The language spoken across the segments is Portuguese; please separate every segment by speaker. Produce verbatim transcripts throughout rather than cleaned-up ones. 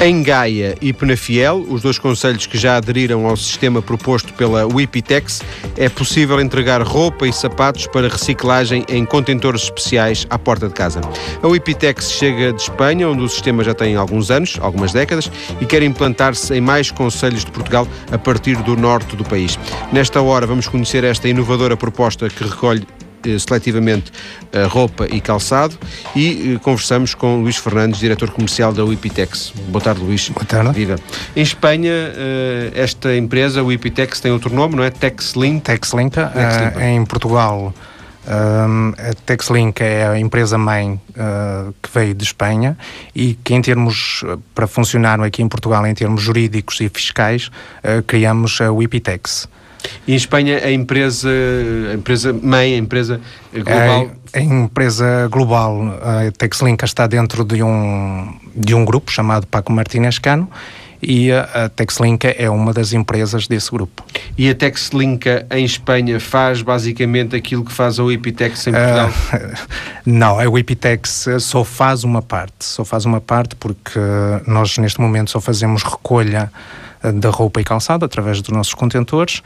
Speaker 1: Em Gaia e Penafiel, os dois concelhos que já aderiram ao sistema proposto pela Wipitex, é possível entregar roupa e sapatos para reciclagem em contentores especiais à porta de casa. A Wipitex chega de Espanha, onde o sistema já tem alguns anos, algumas décadas, e quer implantar-se em mais concelhos de Portugal a partir do norte do país. Nesta hora vamos conhecer esta inovadora proposta que recolhe seletivamente a roupa e calçado e conversamos com Luís Fernandes, diretor comercial da Wipitex. Boa tarde, Luís.
Speaker 2: Boa tarde.
Speaker 1: Viva. Em Espanha, esta empresa, a Wipitex, tem outro nome, não é? Texlink?
Speaker 2: Texlink. Uh, em Portugal, uh, a Texlink é a empresa-mãe uh, que veio de Espanha e que, em termos, para funcionar aqui em Portugal, em termos jurídicos e fiscais, uh, criamos a Wipitex.
Speaker 1: E em Espanha a empresa, a empresa mãe, a empresa global?
Speaker 2: A, a empresa global, a Texlink, está dentro de um, de um grupo chamado Paco Martínez Cano e a, a Texlink é uma das empresas desse grupo.
Speaker 1: E a Texlink em Espanha faz basicamente aquilo que faz a Wipitex em Portugal?
Speaker 2: Uh, não, a Wipitex só faz uma parte, só faz uma parte porque nós neste momento só fazemos recolha da roupa e calçado através dos nossos contentores.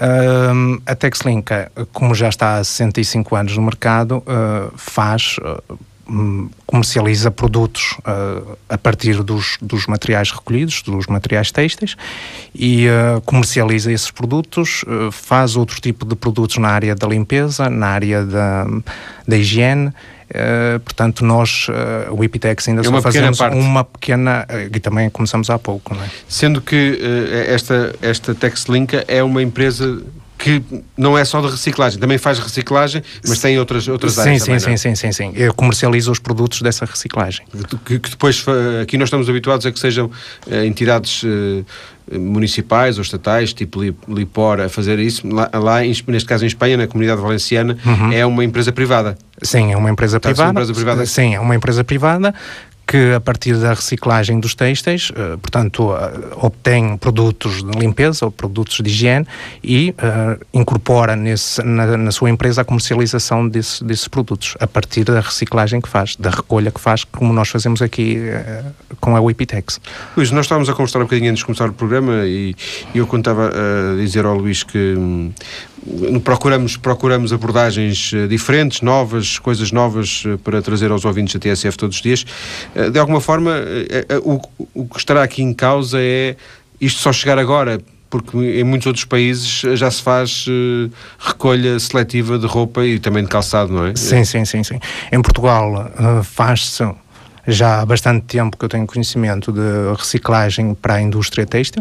Speaker 2: Uh, a Texlink, como já está há sessenta e cinco anos no mercado, uh, faz, uh, comercializa produtos uh, a partir dos, dos materiais recolhidos, dos materiais têxteis, e uh, comercializa esses produtos, uh, faz outro tipo de produtos na área da limpeza, na área da, da higiene. Uh, portanto, nós, uh, o Wipitex, ainda é só fazemos parte. uma pequena, uh, e também começamos há pouco, não é?
Speaker 1: Sendo que uh, esta, esta Texlink é uma empresa que não é só de reciclagem, também faz reciclagem, mas tem outras, outras
Speaker 2: sim,
Speaker 1: áreas
Speaker 2: sim,
Speaker 1: também,
Speaker 2: sim, sim, sim, sim. Eu comercializo os produtos dessa reciclagem.
Speaker 1: Que, que depois, aqui nós estamos habituados a que sejam uh, entidades uh, municipais ou estatais, tipo Lipor, a fazer isso. Lá, lá, neste caso em Espanha, na Comunidade Valenciana, uhum. é uma empresa privada.
Speaker 2: Sim, é uma empresa
Speaker 1: Está
Speaker 2: privada.
Speaker 1: Uma empresa privada.
Speaker 2: Sim, é uma empresa privada que, a partir da reciclagem dos têxteis, uh, portanto, uh, obtém produtos de limpeza ou produtos de higiene e uh, incorpora nesse, na, na sua empresa a comercialização desse, desses produtos, a partir da reciclagem que faz, da recolha que faz, como nós fazemos aqui uh, com a Wipitex.
Speaker 1: Luís, nós estávamos a conversar um bocadinho antes de começar o programa e, e eu contava a dizer ao Luís que hum, procuramos, procuramos abordagens uh, diferentes, novas, coisas novas uh, para trazer aos ouvintes da T S F todos os dias. Uh, de alguma forma, uh, uh, o, o que estará aqui em causa é isto só chegar agora, porque em muitos outros países já se faz uh, recolha seletiva de roupa e também de calçado, não é?
Speaker 2: Sim, sim, sim, sim. Em Portugal uh, faz-se já há bastante tempo que eu tenho conhecimento de reciclagem para a indústria têxtil,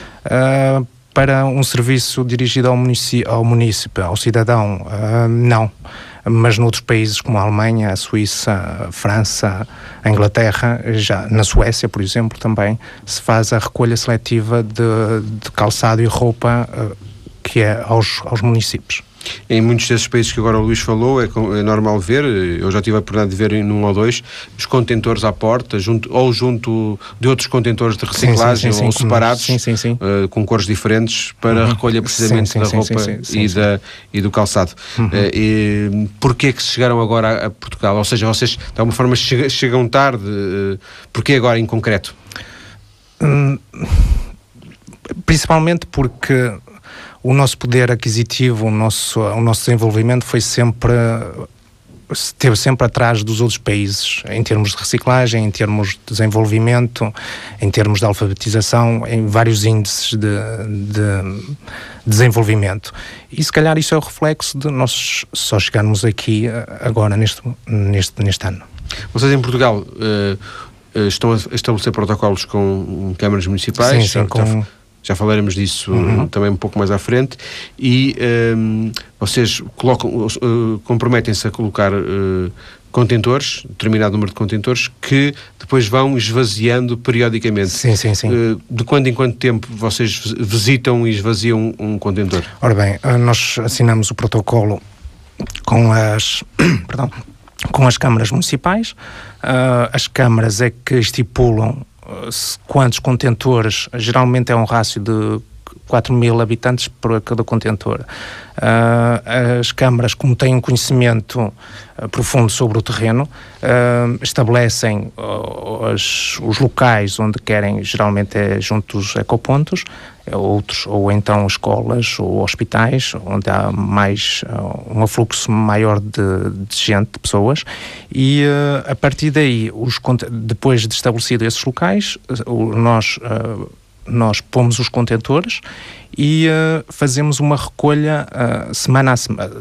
Speaker 2: uh, para um serviço dirigido ao município, ao, município, ao cidadão, uh, não. Mas noutros países como a Alemanha, a Suíça, a França, a Inglaterra, já na Suécia, por exemplo, também se faz a recolha seletiva de, de calçado e roupa uh, que é aos, aos municípios.
Speaker 1: Em muitos desses países que agora o Luís falou, é, é normal ver, eu já tive a oportunidade de ver em um ou dois, os contentores à porta, junto, ou junto de outros contentores de reciclagem, sim, sim, sim, ou sim, separados,
Speaker 2: sim, sim, sim.
Speaker 1: Uh, com cores diferentes, para uhum. recolha precisamente sim, sim, da roupa sim, sim, sim, e, sim. Da, e do calçado. Uhum. Uh, e porquê que se chegaram agora a, a Portugal? Ou seja, vocês de alguma forma chegam, chegam tarde, uh, porquê agora em concreto?
Speaker 2: Hum, principalmente porque o nosso poder aquisitivo, o nosso, o nosso desenvolvimento foi sempre, esteve sempre atrás dos outros países, em termos de reciclagem, em termos de desenvolvimento, em termos de alfabetização, em vários índices de, de desenvolvimento. E se calhar isso é o reflexo de nós só chegarmos aqui agora, neste, neste, neste ano.
Speaker 1: Vocês em Portugal uh, estão a estabelecer protocolos com câmaras municipais?
Speaker 2: Sim, sim, com...
Speaker 1: Já falaremos disso uhum. também um pouco mais à frente. E um, vocês colocam, uh, comprometem-se a colocar uh, contentores, determinado número de contentores, que depois vão esvaziando periodicamente.
Speaker 2: Sim, sim, sim.
Speaker 1: Uh, de quando em quanto tempo vocês visitam e esvaziam um contentor?
Speaker 2: Ora bem, nós assinamos o protocolo com as... perdão, com as câmaras municipais. Uh, as câmaras é que estipulam quantos contentores, geralmente é um rácio de quatro mil habitantes por cada contentor. Uh, as câmaras, como têm um conhecimento uh, profundo sobre o terreno, uh, estabelecem uh, as, os locais onde querem, geralmente é junto dos ecopontos, outros, ou então escolas ou hospitais, onde há mais uh, um afluxo maior de, de gente, de pessoas, e uh, a partir daí, os, depois de estabelecido esses locais, uh, nós, uh, nós pomos os contentores e uh, fazemos uma recolha uh, semana a semana.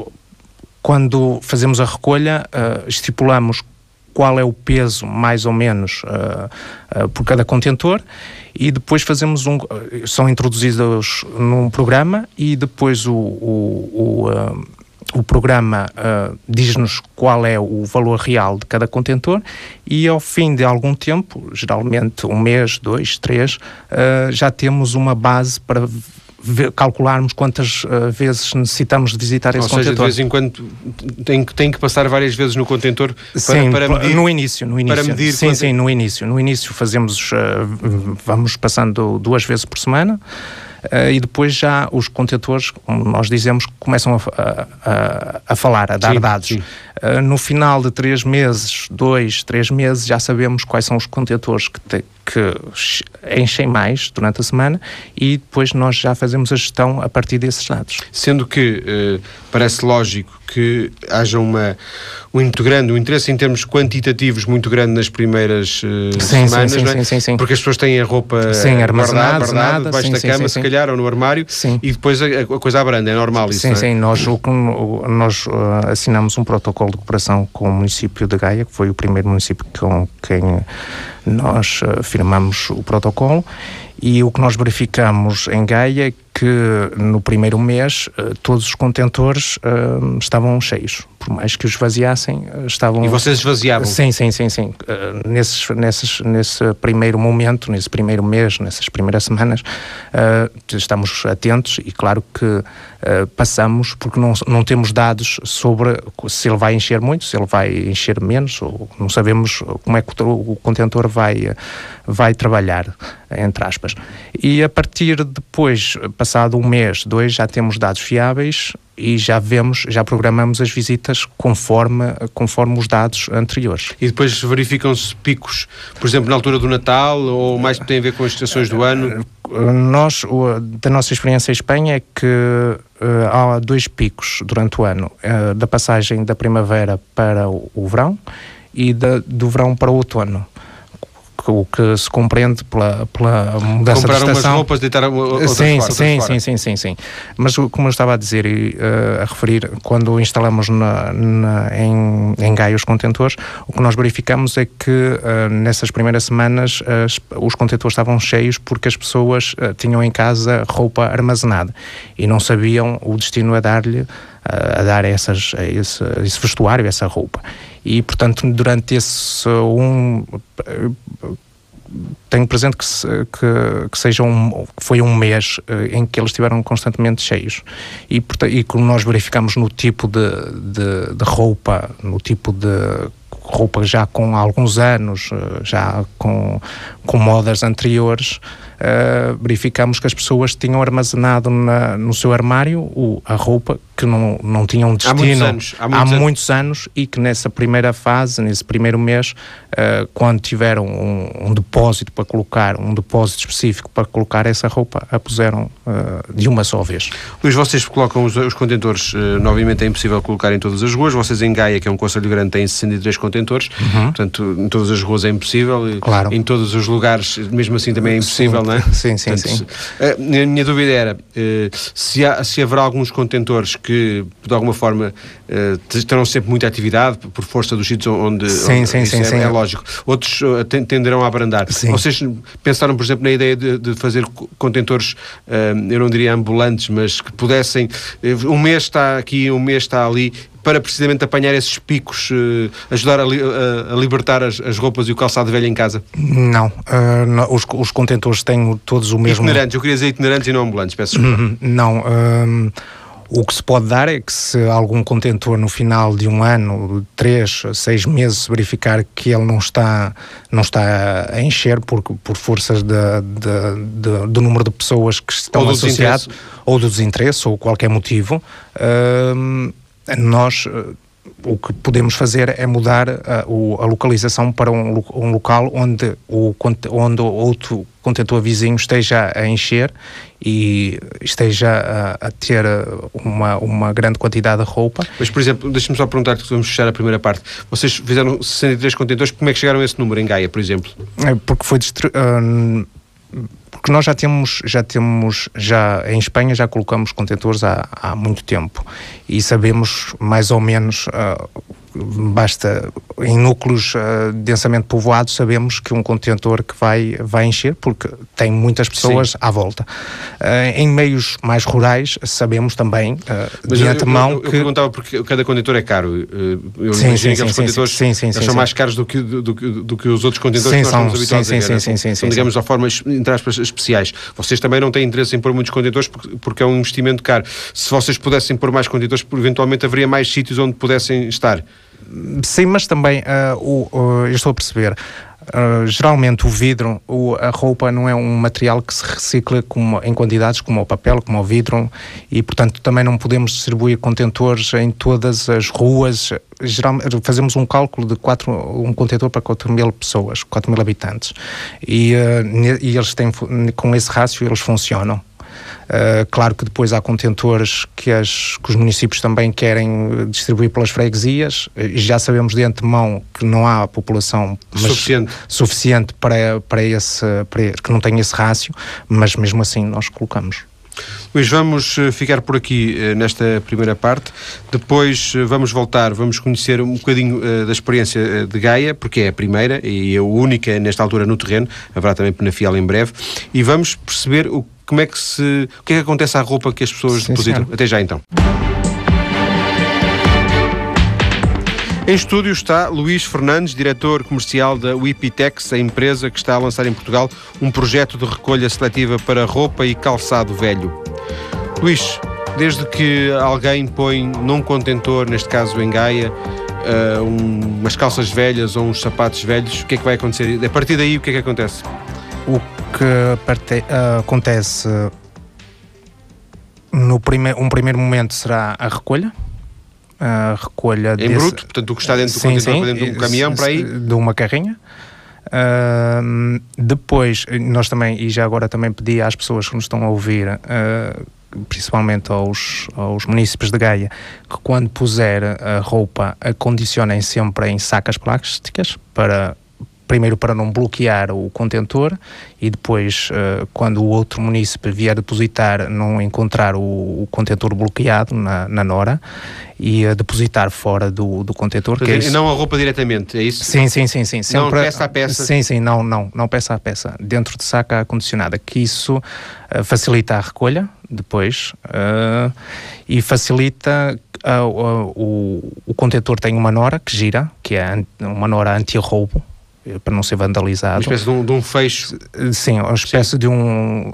Speaker 2: Quando fazemos a recolha, uh, estipulamos qual é o peso, mais ou menos, uh, uh, por cada contentor, e depois fazemos um... São introduzidos num programa e depois o, o, o, uh, o programa uh, diz-nos qual é o valor real de cada contentor e ao fim de algum tempo, geralmente um mês, dois, três, uh, já temos uma base para ver, calcularmos quantas uh, vezes necessitamos de visitar esse contentor.
Speaker 1: Ou seja, de vez em quando tem, tem que passar várias vezes no contentor para,
Speaker 2: sim,
Speaker 1: para medir?
Speaker 2: no início, no início.
Speaker 1: Para medir
Speaker 2: sim,
Speaker 1: quanto...
Speaker 2: sim, no início. No início fazemos, uh, vamos passando duas vezes por semana. Uh, e depois já os contentores, como nós dizemos, começam a, a, a falar, a dar
Speaker 1: sim,
Speaker 2: dados.
Speaker 1: Sim.
Speaker 2: Uh, no final de três meses, dois, três meses, já sabemos quais são os contentores que, te, que enchem mais durante a semana e depois nós já fazemos a gestão a partir desses dados.
Speaker 1: Sendo que uh, parece lógico que haja uma, um, muito grande, um interesse em termos quantitativos muito grande nas primeiras uh,
Speaker 2: sim,
Speaker 1: semanas,
Speaker 2: sim, sim,
Speaker 1: não é?
Speaker 2: sim, sim, sim.
Speaker 1: Porque as pessoas têm a roupa
Speaker 2: sim,
Speaker 1: guardada,
Speaker 2: guardada
Speaker 1: debaixo
Speaker 2: sim,
Speaker 1: da
Speaker 2: sim,
Speaker 1: cama,
Speaker 2: sim,
Speaker 1: se
Speaker 2: sim.
Speaker 1: calhar, ou no armário,
Speaker 2: sim.
Speaker 1: E depois a, a coisa abranda, é normal isso,
Speaker 2: sim,
Speaker 1: não é?
Speaker 2: Sim, nós, o, o, nós uh, assinamos um protocolo de cooperação com o município de Gaia, que foi o primeiro município com quem nós uh, firmamos o protocolo, e o que nós verificamos em Gaia é que no primeiro mês uh, todos os contentores uh, estavam cheios, por mais que os esvaziassem, uh, estavam...
Speaker 1: E vocês esvaziavam?
Speaker 2: Sim, sim, sim, sim. Uh, nesses, nesses, nesse primeiro momento, nesse primeiro mês, nessas primeiras semanas, uh, estamos atentos e claro que uh, passamos, porque não, não temos dados sobre se ele vai encher muito, se ele vai encher menos, ou não sabemos como é que o, o contentor vai, vai trabalhar, entre aspas. E a partir de depois, passado um mês, dois, já temos dados fiáveis e já vemos, já programamos as visitas conforme, conforme os dados anteriores.
Speaker 1: E depois verificam-se picos, por exemplo, na altura do Natal, ou mais que tem a ver com as estações do ano?
Speaker 2: Nós, da nossa experiência em Espanha, é que uh, há dois picos durante o ano, uh, da passagem da primavera para o, o verão e da, do verão para o outono. O que se compreende pela, pela mudança
Speaker 1: Compraram
Speaker 2: de estação.
Speaker 1: Compraram umas roupas, deitaram outras
Speaker 2: sim,
Speaker 1: fora,
Speaker 2: sim,
Speaker 1: fora.
Speaker 2: sim, sim, sim, sim. Mas como eu estava a dizer e uh, a referir, quando instalamos na, na, em, em Gaia os contentores, o que nós verificamos é que uh, nessas primeiras semanas as, os contentores estavam cheios porque as pessoas uh, tinham em casa roupa armazenada e não sabiam o destino a dar-lhe, uh, a dar essas, a esse, a esse vestuário, essa roupa. E, portanto, durante esse um... tenho presente que, se, que, que seja um, que foi um mês uh, em que eles estiveram constantemente cheios. E, portanto, e como nós verificamos no tipo de, de, de roupa, no tipo de roupa já com alguns anos, uh, já com, com modas anteriores, uh, verificamos que as pessoas tinham armazenado na, no seu armário o, a roupa que não, não tinham destino
Speaker 1: há muitos anos, há muitos
Speaker 2: há
Speaker 1: anos.
Speaker 2: muitos anos e que nessa primeira fase, nesse primeiro mês, uh, quando tiveram um, um depósito para colocar, um depósito específico para colocar essa roupa, a puseram uh, de uma só vez.
Speaker 1: Luís, vocês colocam os, os contentores, uh, novamente é impossível colocar em todas as ruas, vocês em Gaia, que é um concelho grande, têm sessenta e três contentores, uhum. Portanto, em todas as ruas é impossível,
Speaker 2: claro.
Speaker 1: Em todos os lugares, mesmo assim também é impossível,
Speaker 2: sim.
Speaker 1: não é?
Speaker 2: Sim, sim,
Speaker 1: portanto,
Speaker 2: sim.
Speaker 1: A minha, minha dúvida era, uh, se, há, se haverá alguns contentores que, de alguma forma, uh, terão sempre muita atividade, por força dos sítios onde,
Speaker 2: sim,
Speaker 1: onde
Speaker 2: sim,
Speaker 1: isso
Speaker 2: sim,
Speaker 1: é,
Speaker 2: sim.
Speaker 1: é lógico. Outros uh, tenderão a abrandar.
Speaker 2: Sim.
Speaker 1: Vocês pensaram, por exemplo, na ideia de, de fazer contentores, uh, eu não diria ambulantes, mas que pudessem, uh, um mês está aqui, um mês está ali, para precisamente apanhar esses picos, uh, ajudar a, li, a, a libertar as, as roupas e o calçado velho em casa?
Speaker 2: Não, uh, não os, os contentores têm todos o mesmo...
Speaker 1: Itinerantes, eu queria dizer itinerantes e não ambulantes, peço desculpa.
Speaker 2: Não, uh, O que se pode dar é que se algum contentor no final de um ano, três, seis meses, verificar que ele não está, não está a encher por, por forças de, de, de, do número de pessoas que estão
Speaker 1: ou
Speaker 2: associadas, ou do desinteresse, ou qualquer motivo, uh, nós... Uh, o que podemos fazer é mudar a, a localização para um, um local onde o onde outro contentor vizinho esteja a encher e esteja a, a ter uma, uma grande quantidade de roupa.
Speaker 1: Mas, por exemplo, deixa-me só perguntar, que vamos fechar a primeira parte. Vocês fizeram sessenta e três contentores, como é que chegaram a esse número em Gaia, por exemplo?
Speaker 2: É porque foi distri- uh, porque nós já temos, já temos, já em Espanha já colocamos contentores há, há muito tempo e sabemos mais ou menos, uh, basta em núcleos uh, densamente povoados, sabemos que um contentor que vai, vai encher porque tem muitas pessoas Sim. à volta. Uh, em meios mais rurais sabemos também uh, de antemão
Speaker 1: eu, eu, eu
Speaker 2: que...
Speaker 1: Eu perguntava porque cada contentor é caro. Eu
Speaker 2: sim,
Speaker 1: imagino
Speaker 2: sim,
Speaker 1: que aqueles
Speaker 2: sim,
Speaker 1: contentores
Speaker 2: sim, sim, sim,
Speaker 1: são
Speaker 2: sim.
Speaker 1: mais caros do que, do, do, do que os outros contentores
Speaker 2: sim,
Speaker 1: que nós
Speaker 2: são,
Speaker 1: estamos habituados
Speaker 2: sim,
Speaker 1: a ver.
Speaker 2: Sim, sim, sim,
Speaker 1: são,
Speaker 2: sim,
Speaker 1: digamos,
Speaker 2: sim.
Speaker 1: de formas, entre aspas, especiais. Vocês também não têm interesse em pôr muitos contentores porque, porque é um investimento caro. Se vocês pudessem pôr mais contentores, eventualmente haveria mais sítios onde pudessem estar.
Speaker 2: Sim, mas também uh, o, uh, eu estou a perceber, uh, geralmente o vidro, o, a roupa não é um material que se recicla como, em quantidades como o papel, como o vidro, e portanto também não podemos distribuir contentores em todas as ruas. Geralmente fazemos um cálculo de quatro, um contentor para quatro mil pessoas, quatro mil habitantes, e, uh, e eles têm, com esse rácio eles funcionam. Uh, claro que depois há contentores que, as, que os municípios também querem distribuir pelas freguesias, e já sabemos de antemão que não há população mas,
Speaker 1: suficiente,
Speaker 2: suficiente para, para esse, para, que não tem esse rácio, mas mesmo assim nós colocamos.
Speaker 1: Luís, vamos ficar por aqui uh, nesta primeira parte. Depois uh, vamos voltar, vamos conhecer um bocadinho uh, da experiência uh, de Gaia, porque é a primeira e a única nesta altura no terreno. Haverá também Penafiel em breve. E vamos perceber o, como é que se, o que é que acontece à roupa que as pessoas Sim, depositam. Senhora. Até já então. Em estúdio está Luís Fernandes, diretor comercial da Wipitex, a empresa que está a lançar em Portugal um projeto de recolha seletiva para roupa e calçado velho. Luís, desde que alguém põe num contentor, neste caso em Gaia, uh, um, umas calças velhas ou uns sapatos velhos, o que é que vai acontecer? A partir daí, o que é que acontece?
Speaker 2: O que parte, uh, acontece no prime- um primeiro momento será a recolha. A recolha
Speaker 1: em
Speaker 2: desse...
Speaker 1: bruto, portanto o que está dentro do sim, contentor sim, para dentro de um caminhão, para aí?
Speaker 2: De uma carrinha. Uh, depois, nós também, e já agora também pedi às pessoas que nos estão a ouvir, uh, principalmente aos, aos municípios de Gaia, que quando puser a roupa, acondicionem sempre em sacas plásticas, para... primeiro para não bloquear o contentor e depois, uh, quando o outro município vier depositar, não encontrar o, o contentor bloqueado na, na nora e uh, depositar fora do, do contentor.
Speaker 1: Que é isso? Não a roupa diretamente, é isso?
Speaker 2: Sim, sim, sim. sim. Sempre,
Speaker 1: não peça a peça?
Speaker 2: Sim, sim, não, não, não peça a peça. Dentro de saca acondicionada, que isso uh, facilita a recolha depois uh, e facilita... Uh, uh, o, o contentor tem uma nora que gira, que é uma nora anti-roubo, para não ser vandalizado.
Speaker 1: Uma espécie de um, de um fecho.
Speaker 2: Sim, uma espécie Sim. de um...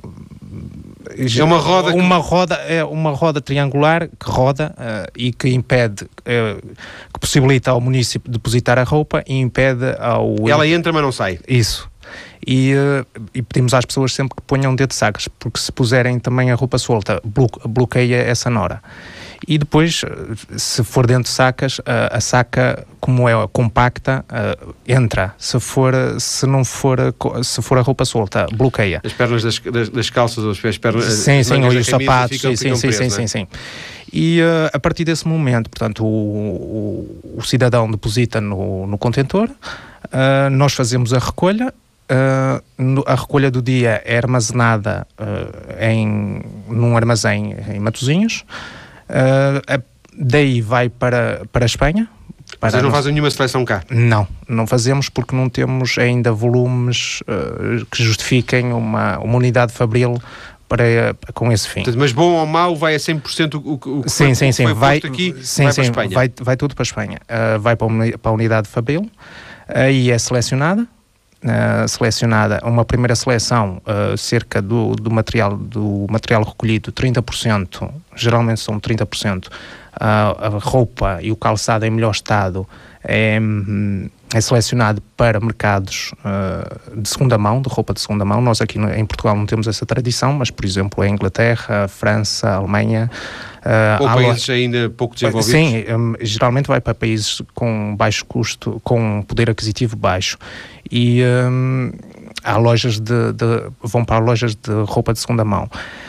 Speaker 1: É uma roda...
Speaker 2: Uma que... roda, é uma roda triangular que roda uh, e que impede, uh, que possibilita ao município depositar a roupa e impede ao...
Speaker 1: Ela entra, mas não sai.
Speaker 2: Isso. E, uh, e pedimos às pessoas sempre que ponham dentro de sacas, porque se puserem também a roupa solta, blo- bloqueia essa nora. E depois, se for dentro de sacas, a, a saca, como é compacta, uh, entra. Se for, se não for, se for a roupa solta, bloqueia.
Speaker 1: As pernas das, das, das calças, as pernas,
Speaker 2: sim,
Speaker 1: as
Speaker 2: sim, ou os sapatos,
Speaker 1: ficam,
Speaker 2: sim,
Speaker 1: ficam
Speaker 2: sim,
Speaker 1: presos,
Speaker 2: sim, sim, sim. E uh, a partir desse momento, portanto, o, o, o cidadão deposita no, no contentor, uh, nós fazemos a recolha. Uh, no, a recolha do dia é armazenada uh, em, num armazém em Matosinhos. Uh, daí vai para, para a Espanha.
Speaker 1: Para Vocês não fazem nenhuma seleção cá?
Speaker 2: Não, não fazemos porque não temos ainda volumes uh, que justifiquem uma, uma unidade fabril para, com esse fim.
Speaker 1: Mas bom ou mau vai a cem por cento o, o que
Speaker 2: sim,
Speaker 1: foi,
Speaker 2: sim, sim.
Speaker 1: foi
Speaker 2: vai,
Speaker 1: aqui,
Speaker 2: sim,
Speaker 1: vai
Speaker 2: sim,
Speaker 1: para a Espanha?
Speaker 2: Vai, vai tudo para a Espanha. Uh, vai para a, para a unidade fabril, aí é selecionada. uh, selecionada, uma primeira seleção, uh, cerca do, do, material, do material recolhido, trinta por cento, geralmente são trinta por cento, uh, a roupa e o calçado em melhor estado é, é selecionado para mercados uh, de segunda mão, de roupa de segunda mão. Nós aqui no, em Portugal não temos essa tradição, mas, por exemplo, a Inglaterra, a França, a Alemanha... Uh,
Speaker 1: Ou países lo... ainda pouco desenvolvidos?
Speaker 2: Sim, um, geralmente vai para países com baixo custo, com poder aquisitivo baixo. E um, há lojas de, de... vão para lojas de roupa de segunda mão.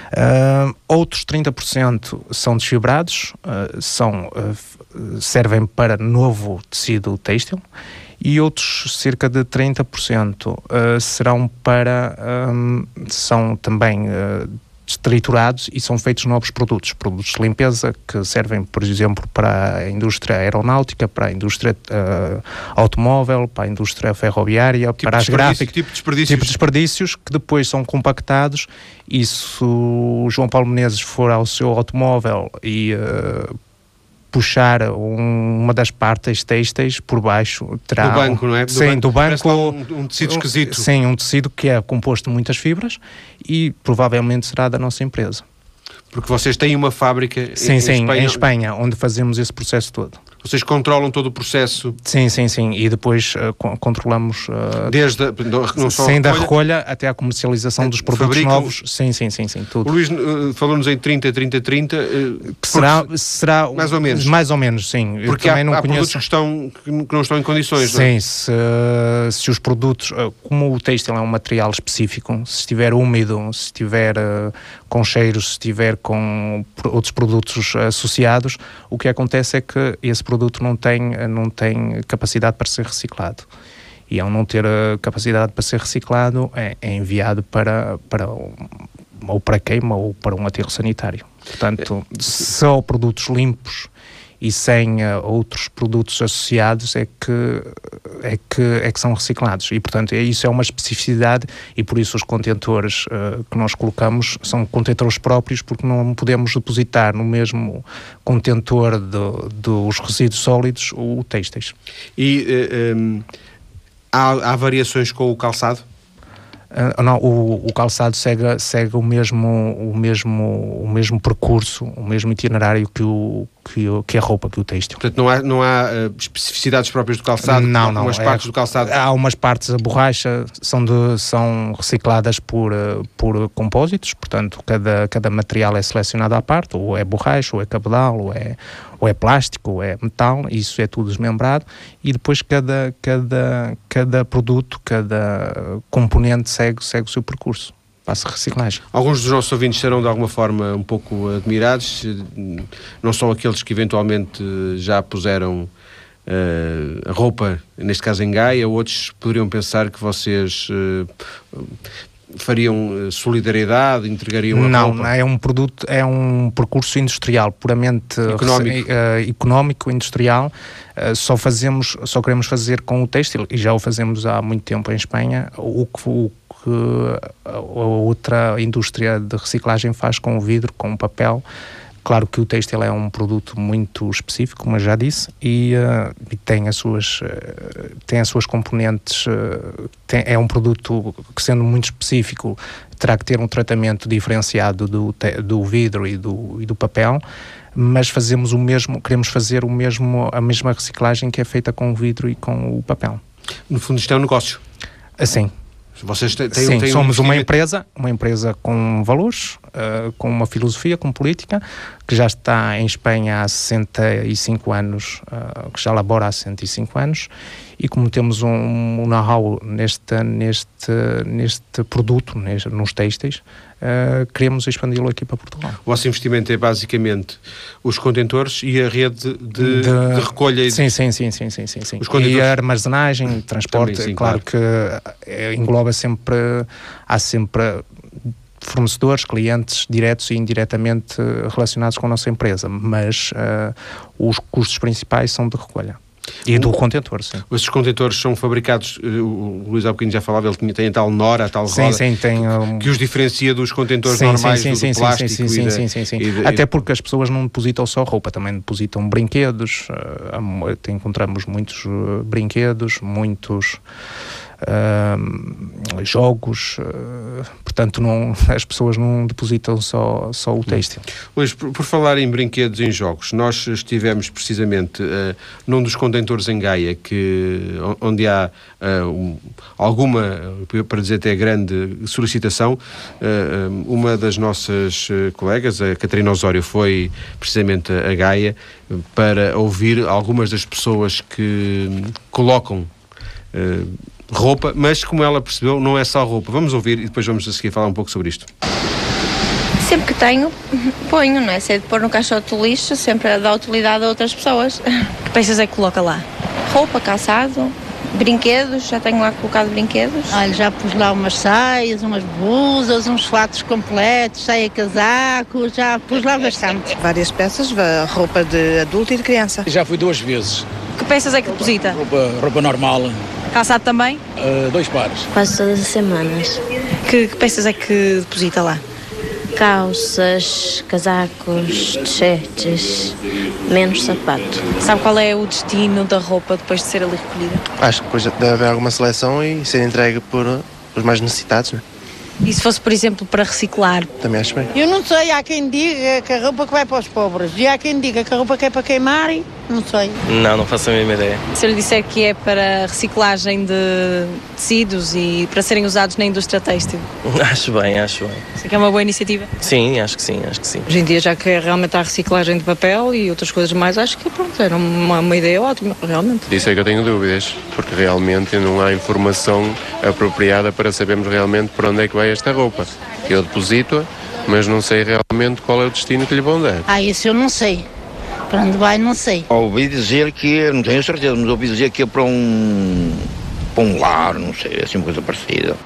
Speaker 2: Uh, outros trinta por cento são desfibrados, uh, são... Uh, servem para novo tecido têxtil, e outros cerca de trinta por cento uh, serão para um, são também uh, triturados e são feitos novos produtos, produtos de limpeza que servem, por exemplo, para a indústria aeronáutica, para a indústria uh, automóvel, para a indústria ferroviária, tipo para as gráficas,
Speaker 1: tipo de desperdícios.
Speaker 2: tipo de desperdícios que depois são compactados, e se o João Paulo Menezes for ao seu automóvel e uh, puxar um, uma das partes têxteis por baixo, terá...
Speaker 1: Do banco,
Speaker 2: um,
Speaker 1: não é? Do
Speaker 2: sim,
Speaker 1: banco,
Speaker 2: do banco.
Speaker 1: Um, um tecido esquisito.
Speaker 2: Sim, um tecido que é composto de muitas fibras e provavelmente será da nossa empresa.
Speaker 1: Porque vocês têm uma fábrica
Speaker 2: sim,
Speaker 1: em,
Speaker 2: sim,
Speaker 1: em Espanha?
Speaker 2: em Espanha, onde fazemos esse processo todo.
Speaker 1: Vocês controlam todo o processo?
Speaker 2: Sim, sim, sim. E depois uh, controlamos... Uh,
Speaker 1: Desde a, não só
Speaker 2: sim,
Speaker 1: a
Speaker 2: da recolha até à comercialização dos produtos fabricam... novos. Sim, sim, sim, sim, tudo.
Speaker 1: O Luís uh, falou-nos em trinta, trinta, trinta. Uh,
Speaker 2: que será, será...
Speaker 1: Mais ou menos.
Speaker 2: Mais ou menos, sim.
Speaker 1: Porque
Speaker 2: Eu também
Speaker 1: há,
Speaker 2: não
Speaker 1: há
Speaker 2: conheço...
Speaker 1: produtos que, estão, que não estão em condições,
Speaker 2: sim,
Speaker 1: não é?
Speaker 2: se, se os produtos... Como o têxtil é um material específico, se estiver úmido, se estiver uh, com cheiros, se estiver com outros produtos associados, o que acontece é que esse produto não tem não tem capacidade para ser reciclado. E ao não ter a capacidade para ser reciclado, é, é enviado para, para ou para queima ou para um aterro sanitário. Portanto, só produtos limpos e sem uh, outros produtos associados é que, é, que, é que são reciclados. E, portanto, é, isso é uma especificidade, e por isso os contentores uh, que nós colocamos são contentores próprios, porque não podemos depositar no mesmo contentor de, dos resíduos sólidos o têxteis.
Speaker 1: E uh, um, há, há variações com o calçado?
Speaker 2: Uh, não, o, o calçado segue, segue o, mesmo, o, mesmo, o mesmo percurso, o mesmo itinerário que, o, que, o, que a roupa, que o têxtil.
Speaker 1: Portanto, não há, não há uh, especificidades próprias do calçado?
Speaker 2: Não, não.
Speaker 1: Umas
Speaker 2: é,
Speaker 1: partes do calçado?
Speaker 2: Há umas partes, a borracha, são, de, são recicladas por, por compósitos, portanto, cada, cada material é selecionado à parte, ou é borracha, ou é cabedal, ou é, ou é plástico, ou é metal, isso é tudo desmembrado, e depois cada, cada, cada produto, cada componente segue, segue o seu percurso. Passa reciclagem.
Speaker 1: Alguns dos nossos ouvintes serão de alguma forma um pouco admirados, não são aqueles que eventualmente já puseram uh, a roupa, neste caso em Gaia, outros poderiam pensar que vocês uh, fariam solidariedade, entregariam a
Speaker 2: não,
Speaker 1: roupa.
Speaker 2: Não, é um produto, é um percurso industrial, puramente
Speaker 1: económico,
Speaker 2: uh, económico industrial. Uh, só fazemos, só queremos fazer com o têxtil, e já o fazemos há muito tempo em Espanha, o que, o que a outra indústria de reciclagem faz com o vidro, com o papel. Claro que o têxtil é um produto muito específico, como eu já disse, e, uh, e tem, as suas, uh, tem as suas componentes, uh, tem, é um produto que, sendo muito específico, terá que ter um tratamento diferenciado do, te, do vidro e do, e do papel, mas fazemos o mesmo, queremos fazer o mesmo, a mesma reciclagem que é feita com o vidro e com o papel.
Speaker 1: No fundo isto é um negócio.
Speaker 2: Assim.
Speaker 1: Vocês têm,
Speaker 2: Sim,
Speaker 1: têm
Speaker 2: somos
Speaker 1: um
Speaker 2: uma empresa, uma empresa com valores, uh, com uma filosofia, com política, que já está em Espanha há sessenta e cinco anos, uh, que já labora há sessenta e cinco anos, e como temos um, um know-how neste, neste, neste produto, neste, nos têxteis, uh, queremos expandi-lo aqui para Portugal.
Speaker 1: O vosso investimento é basicamente os contentores e a rede de, de, de recolha e de...
Speaker 2: Sim, sim, sim, sim, sim, sim, sim.
Speaker 1: Os contentores...
Speaker 2: E a armazenagem, transporte,
Speaker 1: Também, sim,
Speaker 2: claro,
Speaker 1: claro
Speaker 2: que é, engloba sempre, há sempre fornecedores, clientes diretos e indiretamente relacionados com a nossa empresa, mas uh, os custos principais são de recolha. E do contentor, sim.
Speaker 1: Esses contentores são fabricados, o Luís há bocadinho já falava, ele tem a tal nora, a tal roda,
Speaker 2: sim, sim, tem, um...
Speaker 1: que os diferencia dos contentores
Speaker 2: sim,
Speaker 1: normais,
Speaker 2: sim,
Speaker 1: do,
Speaker 2: sim,
Speaker 1: do
Speaker 2: sim,
Speaker 1: plástico.
Speaker 2: Sim, sim,
Speaker 1: e de,
Speaker 2: sim, sim, sim.
Speaker 1: E de,
Speaker 2: Até porque as pessoas não depositam só roupa, também depositam brinquedos, uh, encontramos muitos uh, brinquedos, muitos... uh, jogos, uh, portanto não, as pessoas não depositam só, só o têxtil.
Speaker 1: Luís, por, por falar em brinquedos e em jogos, nós estivemos precisamente uh, num dos contentores em Gaia, que, onde há uh, um, alguma, para dizer até grande solicitação. Uh, uma das nossas uh, colegas, a Catarina Osório, foi precisamente a, a Gaia para ouvir algumas das pessoas que colocam uh, roupa, mas como ela percebeu, não é só roupa. Vamos ouvir e depois vamos a seguir falar um pouco sobre isto.
Speaker 3: Sempre que tenho, ponho, não é? Se é de pôr no caixote do lixo, sempre dá utilidade a outras pessoas.
Speaker 4: Que peças é que coloca lá?
Speaker 3: Roupa, calçado, brinquedos, já tenho lá colocado brinquedos.
Speaker 5: Olha, já pus lá umas saias, umas blusas, uns fatos completos, saia casaco, já pus lá bastante.
Speaker 6: Várias peças, roupa de adulto e de criança.
Speaker 7: Já fui duas vezes.
Speaker 4: Que peças é que deposita?
Speaker 7: Roupa, roupa normal.
Speaker 4: Calçado também?
Speaker 7: Uh, dois pares.
Speaker 8: Quase todas as semanas.
Speaker 4: Que, que peças é que deposita lá?
Speaker 8: Calças, casacos, t-shirts, menos sapato.
Speaker 4: Sabe qual é o destino da roupa depois de ser ali recolhida?
Speaker 9: Acho que depois deve haver alguma seleção e ser entregue por os mais necessitados, não é?
Speaker 4: E se fosse, por exemplo, para reciclar?
Speaker 9: Também acho bem.
Speaker 5: Eu não sei, há quem diga que a roupa que vai para os pobres e há quem diga que a roupa que é para queimar, não sei.
Speaker 10: Não, não faço a mínima ideia.
Speaker 4: Se eu lhe disser que é para reciclagem de tecidos e para serem usados na indústria têxtil?
Speaker 10: Acho bem, acho bem.
Speaker 4: Isso que é uma boa iniciativa?
Speaker 10: Sim, acho que sim, acho que sim.
Speaker 11: Hoje em dia, já que é realmente a reciclagem de papel e outras coisas mais, acho que pronto, era uma, uma ideia ótima, realmente.
Speaker 12: Disso é que eu tenho dúvidas, porque realmente não há informação apropriada para sabermos realmente para onde é que vai esta roupa. Eu deposito-a, mas não sei realmente qual é o destino que lhe vão dar.
Speaker 5: Ah, isso eu não sei. Para onde vai, não sei.
Speaker 13: Ouvi dizer que, não tenho certeza, mas ouvi dizer que é para um, para um lar, não sei, assim uma coisa parecida.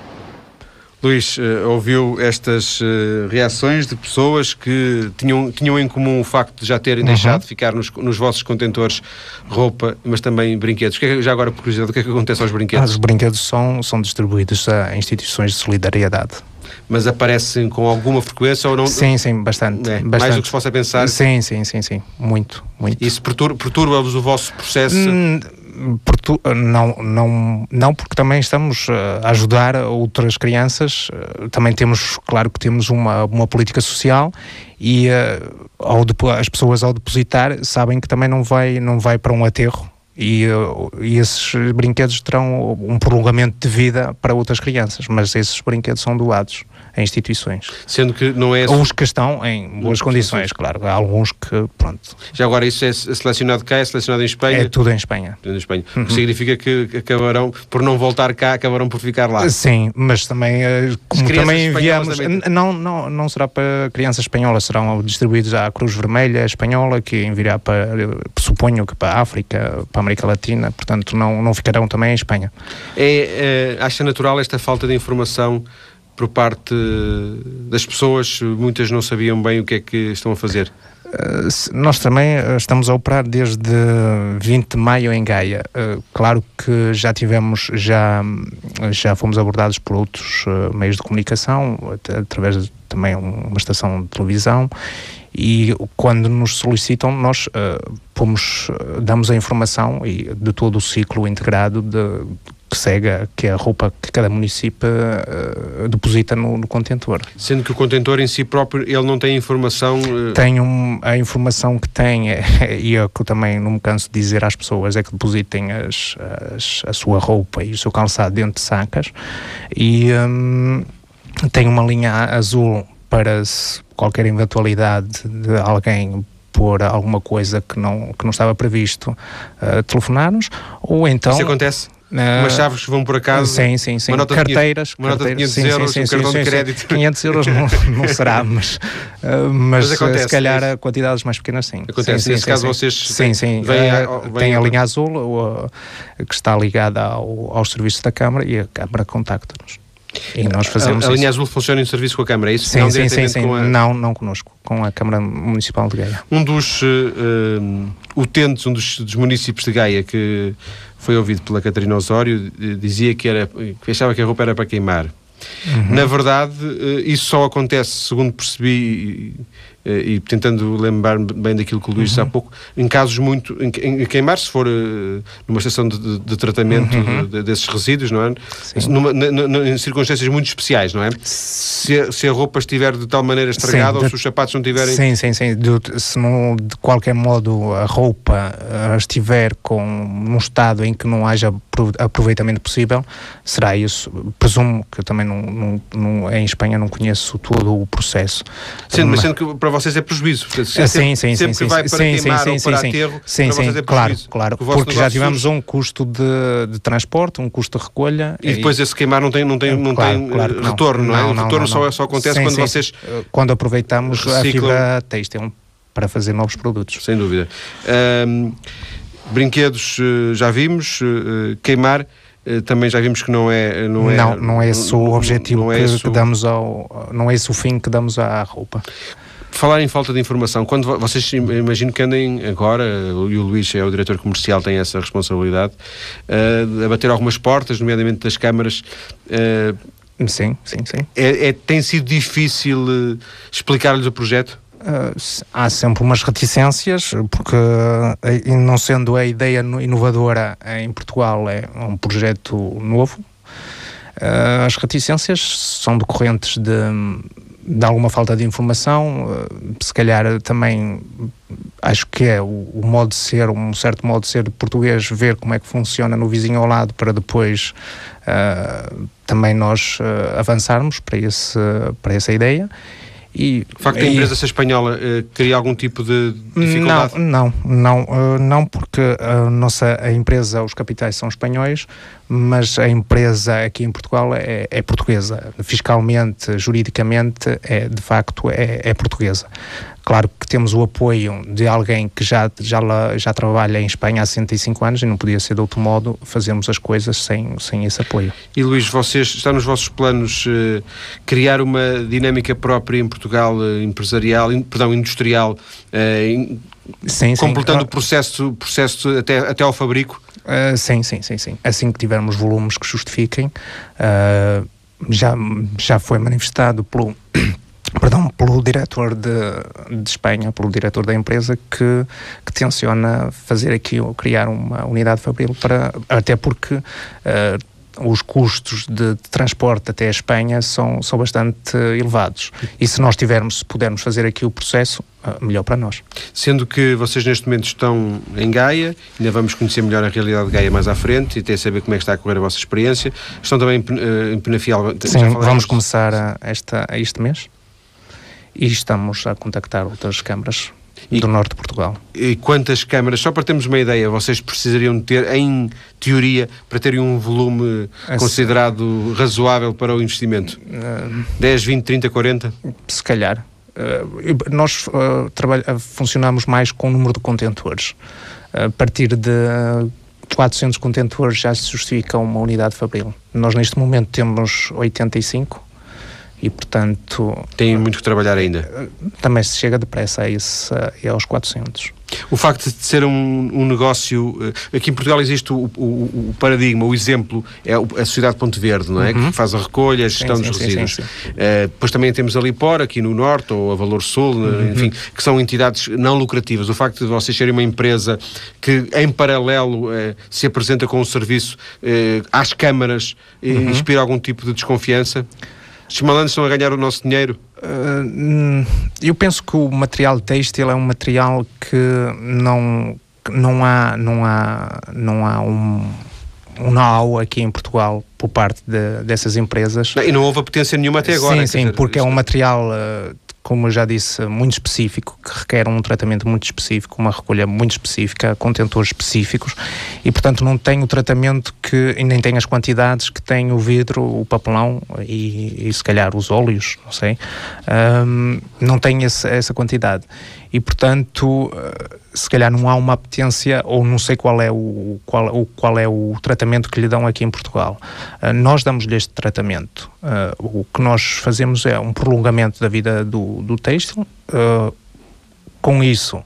Speaker 1: Luís, uh, ouviu estas uh, reações de pessoas que tinham, tinham em comum o facto de já terem uhum. deixado de ficar nos, nos vossos contentores roupa, mas também brinquedos. O que é que, já agora, por curiosidade, o que é que acontece aos brinquedos?
Speaker 2: Ah, os brinquedos são, são distribuídos a instituições de solidariedade.
Speaker 1: Mas aparecem com alguma frequência ou não?
Speaker 2: Sim, sim, bastante.
Speaker 1: É,
Speaker 2: bastante.
Speaker 1: Mais do que se possa pensar?
Speaker 2: Sim, sim, sim, sim. Muito, muito.
Speaker 1: Isso perturba, perturba-vos o vosso processo?
Speaker 2: Hum, pertur- não, não, não, porque também estamos a ajudar outras crianças. Também temos, claro que temos uma, uma política social e uh, ao depo- as pessoas ao depositar sabem que também não vai, não vai para um aterro. E, e esses brinquedos terão um prolongamento de vida para outras crianças, mas esses brinquedos são doados a instituições.
Speaker 1: Sendo que não é...
Speaker 2: Os que estão em boas condições, claro. Há alguns que, pronto...
Speaker 1: Já agora, isso é selecionado cá, é selecionado em Espanha?
Speaker 2: É tudo em Espanha.
Speaker 1: Tudo em Espanha. Uhum. O que significa que acabarão, por não voltar cá, acabarão por ficar lá?
Speaker 2: Sim, mas também, como também enviamos... Também... Não, não, não será para crianças espanholas, serão distribuídos à Cruz Vermelha Espanhola, que enviará para, suponho que para a África, para a América Latina, portanto não, não ficarão também em Espanha.
Speaker 1: É, é, acha natural esta falta de informação por parte das pessoas? Muitas não sabiam bem o que é que estão a fazer.
Speaker 2: Uh, nós também estamos a operar desde vinte de maio em Gaia. Uh, claro que já tivemos, já, já fomos abordados por outros uh, meios de comunicação, através de também uma estação de televisão, e quando nos solicitam nós uh, pomos, uh, damos a informação e de todo o ciclo integrado de, que segue, que é a roupa que cada município uh, deposita no, no contentor.
Speaker 1: Sendo que o contentor em si próprio, ele não tem informação... Uh...
Speaker 2: Tem um, a informação que tem, é, e é que eu também não me canso de dizer às pessoas, é que depositem as, as, a sua roupa e o seu calçado dentro de sacas, e um, tem uma linha azul para qualquer eventualidade de alguém pôr alguma coisa que não, que não estava previsto, uh, telefonar-nos, ou então...
Speaker 1: Isso acontece? Uh, Umas chaves que vão por acaso?
Speaker 2: Sim, sim, sim.
Speaker 1: Uma nota
Speaker 2: carteiras.
Speaker 1: De, uma nota de quinhentos euros, um cartão de crédito.
Speaker 2: quinhentos euros não, não será, mas, uh, mas, mas acontece, se calhar é a quantidades mais pequenas sim.
Speaker 1: Acontece,
Speaker 2: sim,
Speaker 1: nesse
Speaker 2: sim,
Speaker 1: caso
Speaker 2: sim.
Speaker 1: vocês
Speaker 2: sim, sim.
Speaker 1: Vêm a,
Speaker 2: uh,
Speaker 1: vêm
Speaker 2: tem a,
Speaker 1: a
Speaker 2: linha azul uh, que está ligada ao, aos serviços da Câmara e a Câmara contacta-nos. E nós fazemos
Speaker 1: a, a linha
Speaker 2: isso.
Speaker 1: azul funciona em serviço com a Câmara, é isso?
Speaker 2: Sim,
Speaker 1: não
Speaker 2: sim, sim, sim.
Speaker 1: A...
Speaker 2: Não, não connosco, com a Câmara Municipal de Gaia.
Speaker 1: Um dos uh, uh, utentes, um dos, dos municípios de Gaia que foi ouvido pela Catarina Osório, dizia que, era, que achava que a roupa era para queimar. Uhum. Na verdade, uh, isso só acontece, segundo percebi, e tentando lembrar-me bem daquilo que o Luís disse
Speaker 2: uhum.
Speaker 1: há pouco, em casos muito, em, em queimar, se for uh, numa estação de, de, de tratamento uhum. de, de, desses resíduos, não é? Numa, na, na, em circunstâncias muito especiais, não é? Se, se a roupa estiver de tal maneira estragada, sim, ou de, se os sapatos não tiverem...
Speaker 2: Sim, sim, sim. De, se não, de qualquer modo a roupa uh, estiver com, num estado em que não haja aproveitamento possível, será isso. Presumo que também não, não, não, em Espanha não conheço todo o processo.
Speaker 1: Sendo, mas sendo que para vocês é prejuízo. Porque
Speaker 2: se, sim, sim,
Speaker 1: sempre
Speaker 2: sim,
Speaker 1: que vai
Speaker 2: sim,
Speaker 1: para
Speaker 2: sim,
Speaker 1: queimar
Speaker 2: sim,
Speaker 1: ou
Speaker 2: sim,
Speaker 1: para
Speaker 2: sim,
Speaker 1: aterro,
Speaker 2: sim,
Speaker 1: para
Speaker 2: sim,
Speaker 1: vocês é
Speaker 2: claro,
Speaker 1: prejuízo.
Speaker 2: claro, porque já tivemos surge. um custo de, de transporte, um custo de recolha.
Speaker 1: E depois e, esse queimar não tem, não tem, não
Speaker 2: claro,
Speaker 1: tem
Speaker 2: claro, não.
Speaker 1: retorno, não, não é?
Speaker 2: Não,
Speaker 1: o retorno
Speaker 2: não,
Speaker 1: só,
Speaker 2: não.
Speaker 1: só acontece
Speaker 2: sim,
Speaker 1: quando
Speaker 2: sim,
Speaker 1: vocês...
Speaker 2: Quando aproveitamos
Speaker 1: reciclam.
Speaker 2: A fibra têxtil para fazer novos produtos.
Speaker 1: Sem dúvida. Um, brinquedos já vimos, uh, queimar também já vimos que não é... Não,
Speaker 2: não,
Speaker 1: é,
Speaker 2: não é esse
Speaker 1: não,
Speaker 2: o objetivo
Speaker 1: não é
Speaker 2: que,
Speaker 1: esse
Speaker 2: que damos ao... Não é esse o fim que damos à roupa.
Speaker 1: Falar em falta de informação, quando vocês imagino que andem agora, e o Luís é o diretor comercial, tem essa responsabilidade, uh, a bater algumas portas, nomeadamente das câmaras... Uh,
Speaker 2: sim, sim, sim.
Speaker 1: É, é, tem sido difícil uh, explicar-lhes o projeto?
Speaker 2: Uh, há sempre umas reticências, porque uh, não sendo a ideia inovadora em Portugal, é um projeto novo. Uh, as reticências são decorrentes de, de alguma falta de informação, uh, se calhar também acho que é o, o modo de ser, um certo modo de ser português, ver como é que funciona no vizinho ao lado para depois uh, também nós uh, avançarmos para, esse, para essa ideia. E,
Speaker 1: o facto de a empresa ser espanhola uh, cria algum tipo de dificuldade?
Speaker 2: Não, não, não, uh, não porque a nossa a empresa, os capitais são espanhóis, mas a empresa aqui em Portugal é, é portuguesa. Fiscalmente, juridicamente, é, de facto, é, é portuguesa. Claro que temos o apoio de alguém que já, já, já trabalha em Espanha há sessenta e cinco anos e não podia ser de outro modo fazermos as coisas sem, sem esse apoio.
Speaker 1: E Luís, vocês, está nos vossos planos uh, criar uma dinâmica própria em Portugal, uh, empresarial, in, perdão, industrial, uh, in,
Speaker 2: sim,
Speaker 1: completando
Speaker 2: sim.
Speaker 1: o processo, processo até, até ao fabrico?
Speaker 2: Uh, sim, sim, sim, sim. Assim que tivermos volumes que justifiquem, uh, já, já foi manifestado pelo... Perdão, pelo diretor de, de Espanha, pelo diretor da empresa, que, que tenciona fazer aqui, ou criar uma unidade fabril, para, até porque uh, os custos de, de transporte até a Espanha são, são bastante elevados. E se nós tivermos, se pudermos fazer aqui o processo, uh, melhor para nós.
Speaker 1: Sendo que vocês neste momento estão em Gaia, ainda vamos conhecer melhor a realidade de Gaia mais à frente e até saber como é que está a correr a vossa experiência. Estão também em, em Penafiel?
Speaker 2: Sim, vamos começar a, esta, a este mês. E estamos a contactar outras câmaras e, do norte de Portugal.
Speaker 1: E quantas câmaras, só para termos uma ideia, vocês precisariam de ter, em teoria, para terem um volume Esse... considerado razoável para o investimento? Uh... dez, vinte, trinta, quarenta?
Speaker 2: Se calhar. Uh, nós uh, trabalha, funcionamos mais com o número de contentores. Uh, a partir de quatrocentos contentores já se justifica uma unidade fabril. Nós neste momento temos oitenta e cinco. E, portanto...
Speaker 1: Tem muito que trabalhar ainda.
Speaker 2: Também se chega depressa a esse, a, aos quatrocentos.
Speaker 1: O facto de ser um, um negócio... Aqui em Portugal existe o, o, o paradigma, o exemplo, é a Sociedade Ponte Verde, não é? Uhum. Que faz a recolha, a gestão sim, dos sim, resíduos. Sim, sim, sim. Uh, depois também temos a Lipor, aqui no Norte, ou a Valor Sul, uhum. enfim, que são entidades não lucrativas. O facto de vocês serem uma empresa que, em paralelo, uh, se apresenta com um serviço uh, às câmaras, uhum. inspira algum tipo de desconfiança? Os malandros estão a ganhar o nosso dinheiro?
Speaker 2: Uh, eu penso que o material têxtil é um material que não, não há, não há, não há um, um know-how aqui em Portugal por parte de, dessas empresas.
Speaker 1: Não, e não houve apetência nenhuma até agora.
Speaker 2: Sim, sim, dizer, porque isto... é um material... Uh, como eu já disse, muito específico, que requer um tratamento muito específico, uma recolha muito específica, contentores específicos, e portanto não tem o tratamento que, e nem tem as quantidades que tem o vidro, o papelão e, e se calhar os óleos, não sei, um, não tem esse, essa quantidade. E portanto, se calhar não há uma apetência, ou não sei qual é o, qual, o, qual é o tratamento que lhe dão aqui em Portugal. Uh, nós damos-lhe este tratamento. Uh, o que nós fazemos é um prolongamento da vida do, do têxtil. Uh, com isso,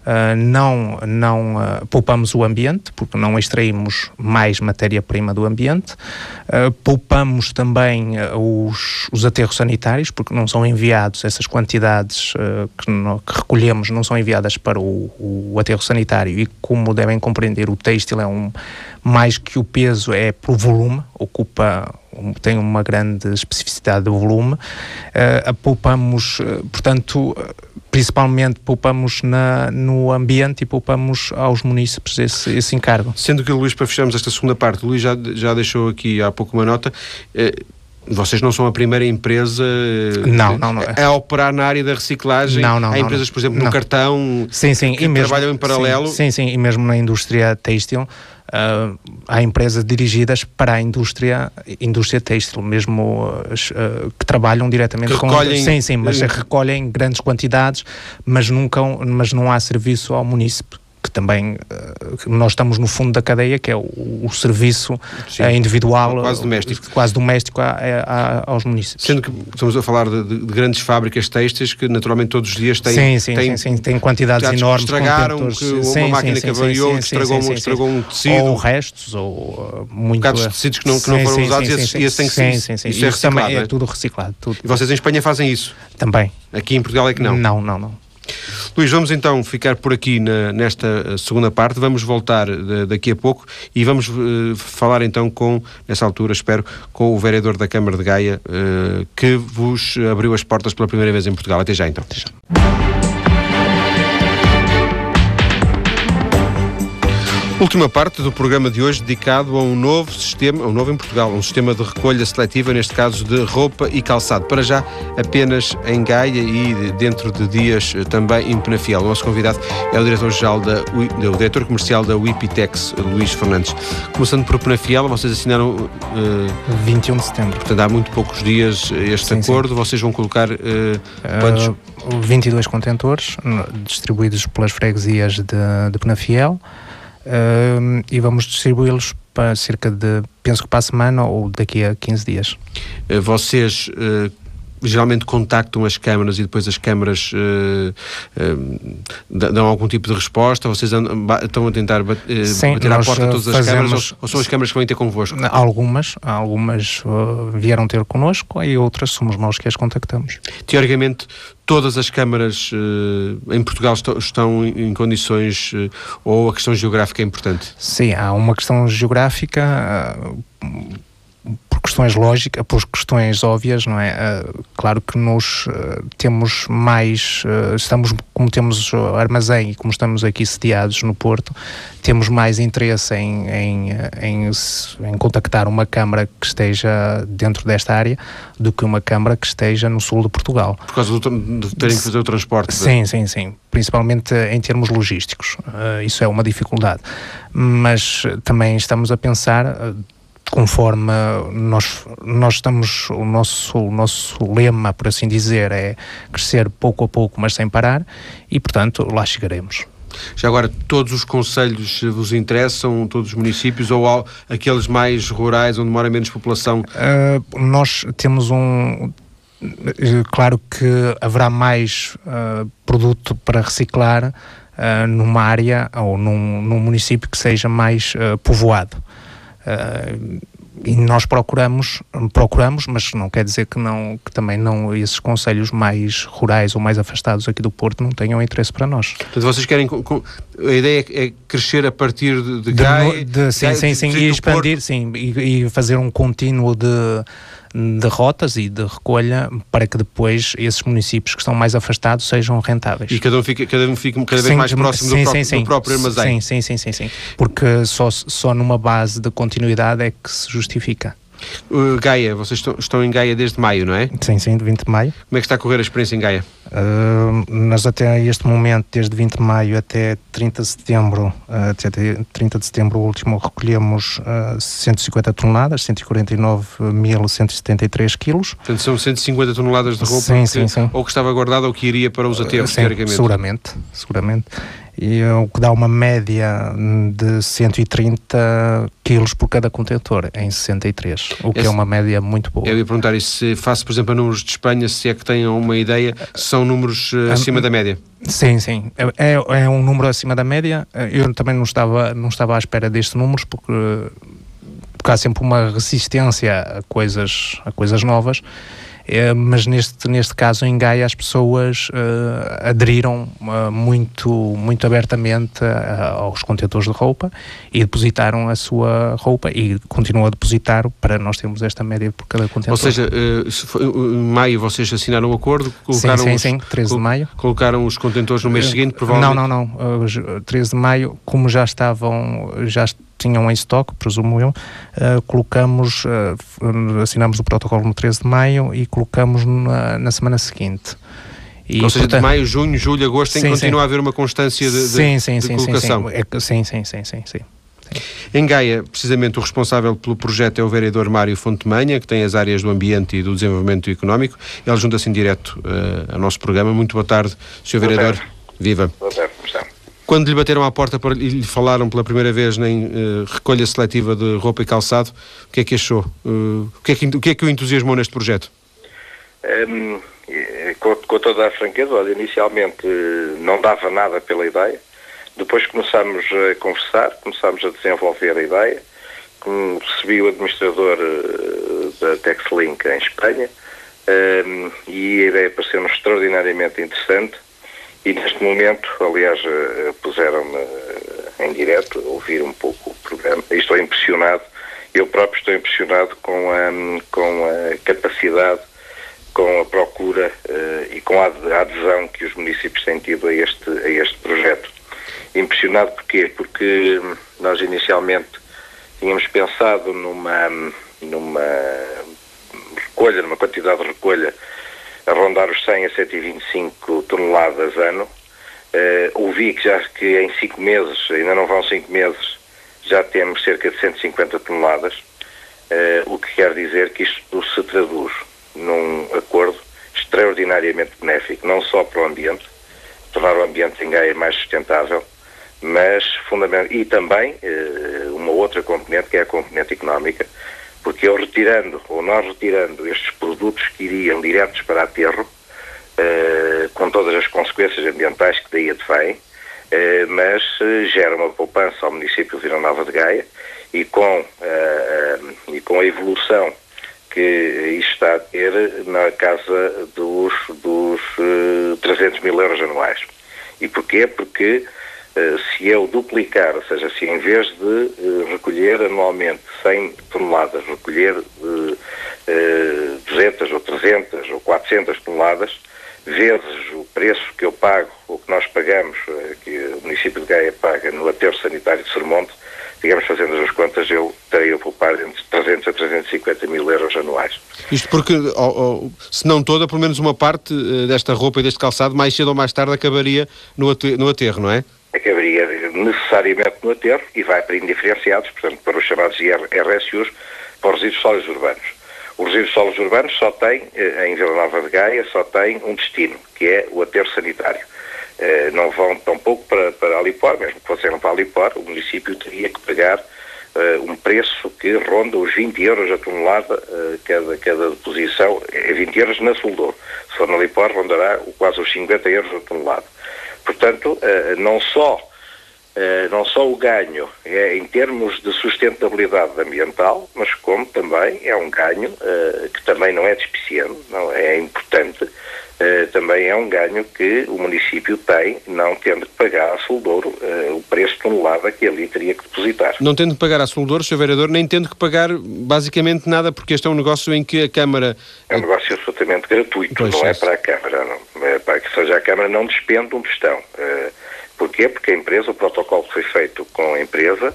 Speaker 2: Uh, não não uh, poupamos o ambiente, porque não extraímos mais matéria-prima do ambiente, uh, poupamos também uh, os, os aterros sanitários, porque não são enviados, essas quantidades uh, que, no, que recolhemos não são enviadas para o, o aterro sanitário, e como devem compreender, o têxtil é um, mais que o peso, é por volume, ocupa, tem uma grande especificidade de volume, uh, poupamos, uh, portanto, uh, principalmente poupamos na, no ambiente e poupamos aos munícipes esse, esse encargo.
Speaker 1: Sendo que, Luís, para fecharmos esta segunda parte, o Luís já, já deixou aqui há pouco uma nota, eh, vocês não são a primeira empresa
Speaker 2: não, não, não.
Speaker 1: a operar na área da reciclagem.
Speaker 2: Não, não,
Speaker 1: Há empresas,
Speaker 2: não,
Speaker 1: por exemplo,
Speaker 2: não.
Speaker 1: no cartão,
Speaker 2: sim, sim,
Speaker 1: que
Speaker 2: e mesmo,
Speaker 1: trabalham em paralelo.
Speaker 2: Sim, sim, sim, e mesmo na indústria têxtil. Uh, há empresas dirigidas para a indústria, indústria têxtil, mesmo uh, que trabalham diretamente
Speaker 1: que
Speaker 2: com...
Speaker 1: Recolhem,
Speaker 2: sim, sim, mas uh, recolhem grandes quantidades, mas, nunca, mas não há serviço ao munícipe, que também uh, nós estamos no fundo da cadeia, que é o, o serviço uh, individual,
Speaker 1: quase doméstico,
Speaker 2: quase doméstico a, a, a, aos munícipes.
Speaker 1: Sendo que estamos a falar de, de, de grandes fábricas têxteis que naturalmente todos os dias têm...
Speaker 2: Sim, sim,
Speaker 1: têm,
Speaker 2: sim, sim, têm quantidades enormes.
Speaker 1: Que estragaram, que
Speaker 2: sim,
Speaker 1: uma máquina
Speaker 2: sim,
Speaker 1: que avariou,
Speaker 2: sim,
Speaker 1: estragou,
Speaker 2: sim, sim,
Speaker 1: estragou
Speaker 2: sim.
Speaker 1: um tecido.
Speaker 2: Ou restos, ou uh, muito...
Speaker 1: Bocados de tecidos que não, que não
Speaker 2: sim,
Speaker 1: foram
Speaker 2: sim,
Speaker 1: usados,
Speaker 2: sim,
Speaker 1: e esses,
Speaker 2: sim,
Speaker 1: esses têm que
Speaker 2: sim,
Speaker 1: sim,
Speaker 2: sim, sim.
Speaker 1: Isso é reciclado,
Speaker 2: é,
Speaker 1: é
Speaker 2: tudo reciclado. Tudo.
Speaker 1: E vocês em Espanha fazem isso?
Speaker 2: Também.
Speaker 1: Aqui em Portugal é que não?
Speaker 2: Não, não, não.
Speaker 1: Luís, vamos então ficar por aqui na, nesta segunda parte, vamos voltar de, daqui a pouco e vamos uh, falar então com, nessa altura, espero, com o vereador da Câmara de Gaia, uh, que vos abriu as portas pela primeira vez em Portugal. Até já então. Até já. Última parte do programa de hoje dedicado a um novo sistema, um novo em Portugal, um sistema de recolha seletiva, neste caso de roupa e calçado. Para já apenas em Gaia e dentro de dias também em Penafiel. O nosso convidado é o diretor-geral da, o diretor comercial da Wipitex, Luís Fernandes. Começando por Penafiel, vocês assinaram uh,
Speaker 2: vinte e um de setembro.
Speaker 1: Portanto, há muito poucos dias este sim, acordo. Sim. Vocês vão colocar uh, quantos? Uh,
Speaker 2: vinte e dois contentores distribuídos pelas freguesias de, de Penafiel. Uh, e vamos distribuí-los para cerca de, penso que para a semana ou daqui a quinze dias.
Speaker 1: Uh, vocês uh, geralmente contactam as câmaras e depois as câmaras uh, uh, dão algum tipo de resposta? Vocês andam, estão a tentar bat, uh,
Speaker 2: Sim,
Speaker 1: bater à porta todas as câmaras ou, ou são as câmaras que vêm ter convosco?
Speaker 2: Algumas, algumas uh, vieram ter connosco e outras somos nós que as contactamos.
Speaker 1: Teoricamente, todas as câmaras uh, em Portugal estão, estão em condições uh, ou a questão geográfica é importante?
Speaker 2: Sim, há uma questão geográfica uh, por questões lógicas, por questões óbvias, não é? Uh, claro que nós uh, temos mais, uh, estamos, como temos armazém e como estamos aqui sediados no Porto, temos mais interesse em, em, em, em contactar uma câmara que esteja dentro desta área do que uma câmara que esteja no sul de Portugal.
Speaker 1: Por causa do, de terem que fazer o transporte?
Speaker 2: Sim, sim, sim. Principalmente em termos logísticos. Uh, isso é uma dificuldade. Mas também estamos a pensar... Uh, conforme nós, nós estamos, o nosso, o nosso lema, por assim dizer, é crescer pouco a pouco, mas sem parar, e portanto lá chegaremos.
Speaker 1: Já agora, todos os concelhos vos interessam, todos os municípios, ou aqueles mais rurais, onde mora menos população?
Speaker 2: Uh, nós temos um... Claro que haverá mais uh, produto para reciclar uh, numa área ou num, num município que seja mais uh, povoado. Uh, e nós procuramos, procuramos, mas não quer dizer que, não, que também não esses concelhos mais rurais ou mais afastados aqui do Porto não tenham interesse para nós.
Speaker 1: Portanto, vocês querem, a ideia é crescer a partir de, de Gaia?
Speaker 2: De, de, sim, sim, sim, e expandir, sim, e, e fazer um contínuo de, de rotas e de recolha para que depois esses municípios que estão mais afastados sejam rentáveis.
Speaker 1: E cada um fica cada, um fica cada vez
Speaker 2: sim,
Speaker 1: mais próximo
Speaker 2: sim,
Speaker 1: do,
Speaker 2: sim,
Speaker 1: próprio,
Speaker 2: sim,
Speaker 1: do próprio armazém.
Speaker 2: Sim, sim, sim, sim, sim. Porque só, só numa base de continuidade é que se justifica.
Speaker 1: Uh, Gaia, vocês estão, estão em Gaia desde maio, não é?
Speaker 2: Sim, sim, de vinte de maio.
Speaker 1: Como é que está a correr a experiência em Gaia?
Speaker 2: Uh, nós até este momento, desde vinte de maio até trinta de setembro, uh, até trinta de setembro o último, recolhemos uh, cento e cinquenta toneladas, cento e quarenta e nove mil cento e setenta e três quilos.
Speaker 1: Portanto, são cento e cinquenta toneladas de roupa
Speaker 2: sim,
Speaker 1: que,
Speaker 2: sim, sim.
Speaker 1: ou que estava guardada ou que iria para os aterros,
Speaker 2: uh, sim,
Speaker 1: teoricamente.
Speaker 2: Seguramente, seguramente. E o que dá uma média de cento e trinta quilos por cada contentor em sessenta e três, o que Esse, é uma média muito boa.
Speaker 1: Eu ia perguntar isso, se faço, por exemplo, a números de Espanha, se é que tenham uma ideia, se são números uh, acima
Speaker 2: a,
Speaker 1: da média?
Speaker 2: Sim, sim. É, é um número acima da média. Eu também não estava, não estava à espera destes números, porque, porque há sempre uma resistência a coisas, a coisas novas. É, mas neste, neste caso em Gaia as pessoas uh, aderiram uh, muito, muito abertamente uh, aos contentores de roupa e depositaram a sua roupa e continuam a depositar para nós termos esta média por cada contentor.
Speaker 1: Ou seja, uh, se foi, uh, em maio vocês assinaram o acordo, colocaram
Speaker 2: sim, sim,
Speaker 1: os,
Speaker 2: sim, treze de maio.
Speaker 1: Colocaram os contentores no mês uh, seguinte, provavelmente?
Speaker 2: Não, não, não. Uh, treze de maio, como já estavam, já tinham em estoque, presumo eu, uh, colocamos, uh, assinamos o protocolo no treze de maio e colocamos na, na semana seguinte.
Speaker 1: E, Ou seja, portanto, de maio, junho, julho, agosto, tem que continuar a haver uma constância de, de,
Speaker 2: sim, sim,
Speaker 1: de
Speaker 2: sim,
Speaker 1: colocação.
Speaker 2: Sim, sim, sim, sim, sim, sim.
Speaker 1: Em Gaia, precisamente, o responsável pelo projeto é o vereador Mário Fontemanha, que tem as áreas do ambiente e do desenvolvimento económico. Ele junta-se em direto uh, ao nosso programa. Muito boa tarde, senhor Vereador.
Speaker 14: Tarde.
Speaker 1: Viva.
Speaker 14: Boa tarde, como está?
Speaker 1: Quando lhe bateram à porta para, e lhe falaram pela primeira vez na uh, recolha seletiva de roupa e calçado, o que é que achou? Uh, o, que é que, o que é que o entusiasmou neste projeto?
Speaker 14: Um, com, com toda a franqueza, olha, inicialmente não dava nada pela ideia. Depois começámos a conversar, começámos a desenvolver a ideia. Recebi o administrador uh, da TexLink em Espanha um, e a ideia pareceu-nos extraordinariamente interessante. E neste momento, aliás, puseram-me em direto a ouvir um pouco o programa. E estou impressionado, eu próprio estou impressionado com a, com a capacidade, com a procura uh, e com a adesão que os municípios têm tido a este, a este projeto. Impressionado porquê? Porque nós inicialmente tínhamos pensado numa, numa recolha, numa quantidade de recolha a rondar os cem a cento e vinte e cinco toneladas ano. Uh, ouvi que já que em cinco meses, ainda não vão cinco meses, já temos cerca de cento e cinquenta toneladas, uh, o que quer dizer que isto se traduz num acordo extraordinariamente benéfico, não só para o ambiente, tornar o ambiente em Gaia mais sustentável, mas fundamental, e também uh, uma outra componente, que é a componente económica, porque eu retirando, ou nós retirando estes produtos que iriam diretos para aterro, uh, com todas as consequências ambientais que daí advêm, uh, mas uh, gera uma poupança ao município de Vila Nova de Gaia e com, uh, e com a evolução que isto está a ter na casa dos, dos uh, trezentos mil euros anuais. E porquê? Porque Uh, se eu duplicar, ou seja, se em vez de uh, recolher anualmente cem toneladas, recolher uh, uh, duzentas ou trezentas ou quatrocentas toneladas, vezes o preço que eu pago, ou que nós pagamos, uh, que o município de Gaia paga no aterro sanitário de Sermonte, digamos, fazendo as contas, eu terei a poupar entre trezentos a trezentos e cinquenta mil euros anuais.
Speaker 1: Isto porque, ou, ou, se não toda, pelo menos uma parte uh, desta roupa e deste calçado, mais cedo ou mais tarde acabaria no aterro, no aterro, não é?
Speaker 14: Acabaria necessariamente no aterro e vai para indiferenciados, portanto, para os chamados R S Us, para os resíduos sólidos urbanos. Os resíduos sólidos urbanos só têm, em Vila Nova de Gaia, só têm um destino, que é o aterro sanitário. Não vão tampouco para, para Alipor, mesmo que fossem para Alipor, o município teria que pagar uh, um preço que ronda os vinte euros a tonelada, uh, cada, cada deposição, é vinte euros na Soldouro. Se for na Alipor, rondará quase os cinquenta euros a tonelada. Portanto, não só, não só o ganho é em termos de sustentabilidade ambiental, mas como também é um ganho que também não é despiciente, não é importante, também é um ganho que o município tem, não tendo que pagar à Soldouro o preço de tonelada que ali teria que depositar.
Speaker 1: Não tendo que pagar à Soldouro, senhor Vereador, nem tendo que pagar basicamente nada, porque este é um negócio em que a Câmara...
Speaker 14: É um negócio absolutamente gratuito, pois não é, é para a Câmara, não. É para que seja a Câmara não despende um tostão. Uh, porquê? Porque a empresa, o protocolo que foi feito com a empresa,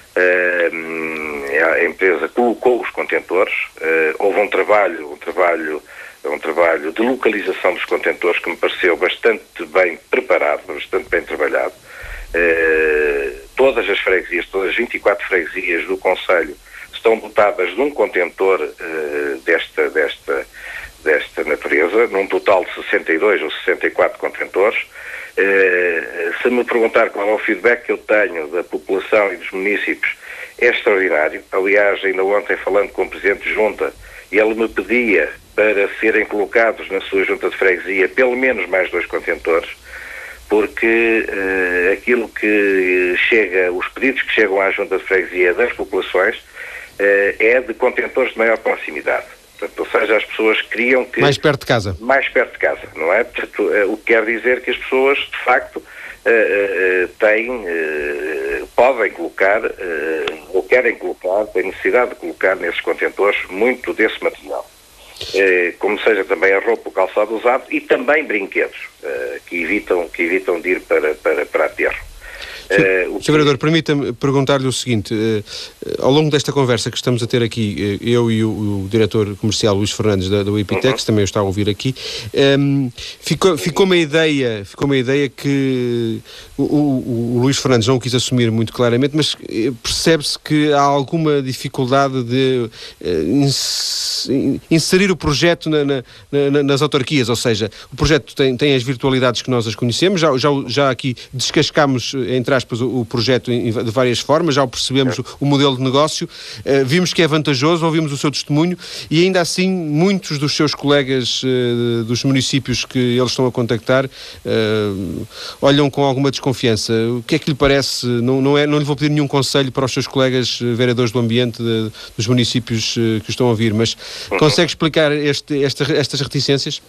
Speaker 14: uh, a empresa colocou os contentores, uh, houve um trabalho, um trabalho, um trabalho de localização dos contentores que me pareceu bastante bem preparado, bastante bem trabalhado. Uh, todas as freguesias, todas as vinte e quatro freguesias do concelho estão dotadas de um contentor uh, desta, desta, desta natureza, num total de sessenta e dois ou sessenta e quatro contentores. Uh, se me perguntar qual é o feedback que eu tenho da população e dos municípios, é extraordinário. Aliás, ainda ontem, falando com o Presidente de Junta, ele me pedia para serem colocados na sua Junta de Freguesia pelo menos mais dois contentores, porque uh, aquilo que chega, os pedidos que chegam à Junta de Freguesia das populações uh, é de contentores de maior proximidade. Portanto, ou seja, as pessoas queriam que...
Speaker 1: Mais perto de casa.
Speaker 14: Mais perto de casa, não é? Portanto, uh, o que quer dizer que as pessoas, de facto, uh, uh, têm, uh, podem colocar, uh, ou querem colocar, têm necessidade de colocar nesses contentores muito desse material. Uh, como seja também a roupa, o calçado usado e também brinquedos, uh, que evitam, que evitam de ir para, para, para aterro.
Speaker 1: Uh, senhor Vereador, permita-me perguntar-lhe o seguinte, uh, ao longo desta conversa que estamos a ter aqui, uh, eu e o, o diretor comercial Luís Fernandes da, da Wipitex, uhum. também o está a ouvir aqui, um, ficou, ficou uma ideia, ficou uma ideia que o, o, o Luís Fernandes não o quis assumir muito claramente, mas percebe-se que há alguma dificuldade de uh, inserir o projeto na, na, na, nas autarquias, ou seja, o projeto tem, tem as virtualidades que nós as conhecemos, já, já, já aqui descascámos, entre o, o projeto de várias formas, já o percebemos o, o modelo de negócio, uh, vimos que é vantajoso, ouvimos o seu testemunho e ainda assim muitos dos seus colegas uh, dos municípios que eles estão a contactar uh, olham com alguma desconfiança. O que é que lhe parece? Não, não, é, não lhe vou pedir nenhum conselho para os seus colegas uh, vereadores do ambiente de, dos municípios uh, que estão a ouvir, mas consegue explicar este, esta, estas reticências?